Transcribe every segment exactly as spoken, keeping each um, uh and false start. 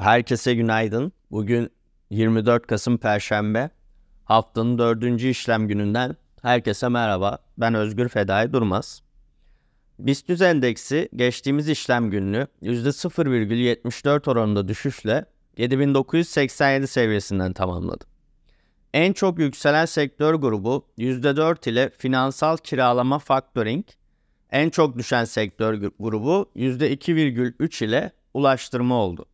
Herkese günaydın. Bugün yirmi dört Kasım Perşembe. Haftanın dördüncü işlem gününden herkese merhaba. Ben Özgür Fedai Durmaz. BIST endeksi geçtiğimiz işlem gününü yüzde sıfır virgül yetmiş dört oranında düşüşle yedi bin dokuz yüz seksen yedi seviyesinden tamamladı. En çok yükselen sektör grubu yüzde dört ile finansal kiralama factoring, en çok düşen sektör grubu yüzde iki virgül üç ile ulaştırma oldu.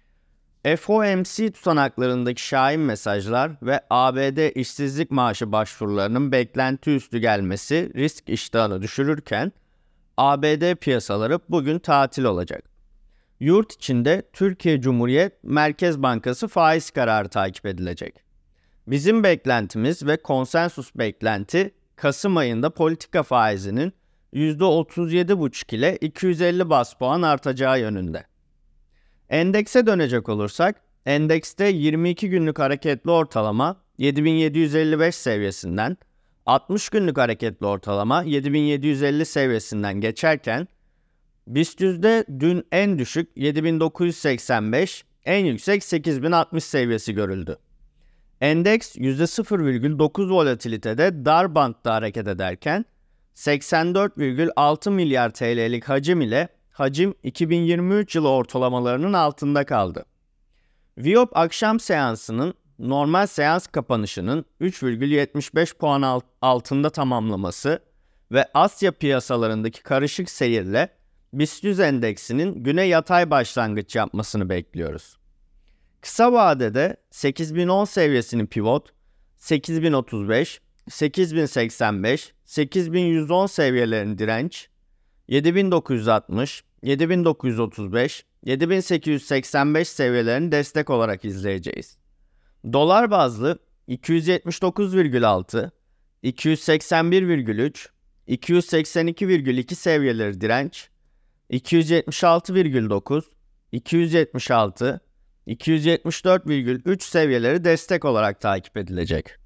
F O M C tutanaklarındaki şahin mesajlar ve A B D işsizlik maaşı başvurularının beklenti üstü gelmesi risk iştahını düşürürken A B D piyasaları bugün tatil olacak. Yurt içinde Türkiye Cumhuriyet Merkez Bankası faiz kararı takip edilecek. Bizim beklentimiz ve konsensus beklenti Kasım ayında politika faizinin yüzde otuz yedi virgül beş ile iki yüz elli bas puan artacağı yönünde. Endekse dönecek olursak, endekste yirmi iki günlük hareketli ortalama yedi bin yedi yüz elli beş seviyesinden, altmış günlük hareketli ortalama yedi bin yedi yüz elli seviyesinden geçerken, BIST yüzde dün en düşük yedi bin dokuz yüz seksen beş, en yüksek sekiz bin altmış seviyesi görüldü. Endeks yüzde sıfır virgül dokuz volatilitede dar bantta hareket ederken, seksen dört virgül altı milyar T L'lik hacim ile hacim iki bin yirmi üç yılı ortalamalarının altında kaldı. Viyop akşam seansının normal seans kapanışının üç virgül yetmiş beş puan altında tamamlaması ve Asya piyasalarındaki karışık seyirle BIST yüz endeksinin güne yatay başlangıç yapmasını bekliyoruz. Kısa vadede sekiz bin on seviyesini pivot, sekiz bin otuz beş, sekiz bin seksen beş, sekiz bin yüz on seviyelerini direnç, yedi bin dokuz yüz altmış, yedi bin dokuz yüz otuz beş, yedi bin sekiz yüz seksen beş seviyelerini destek olarak izleyeceğiz. Dolar bazlı iki yüz yetmiş dokuz virgül altı, iki yüz seksen bir virgül üç, iki yüz seksen iki virgül iki seviyeleri direnç, iki yüz yetmiş altı virgül dokuz, iki yüz yetmiş altı, iki yüz yetmiş dört virgül üç seviyeleri destek olarak takip edilecek.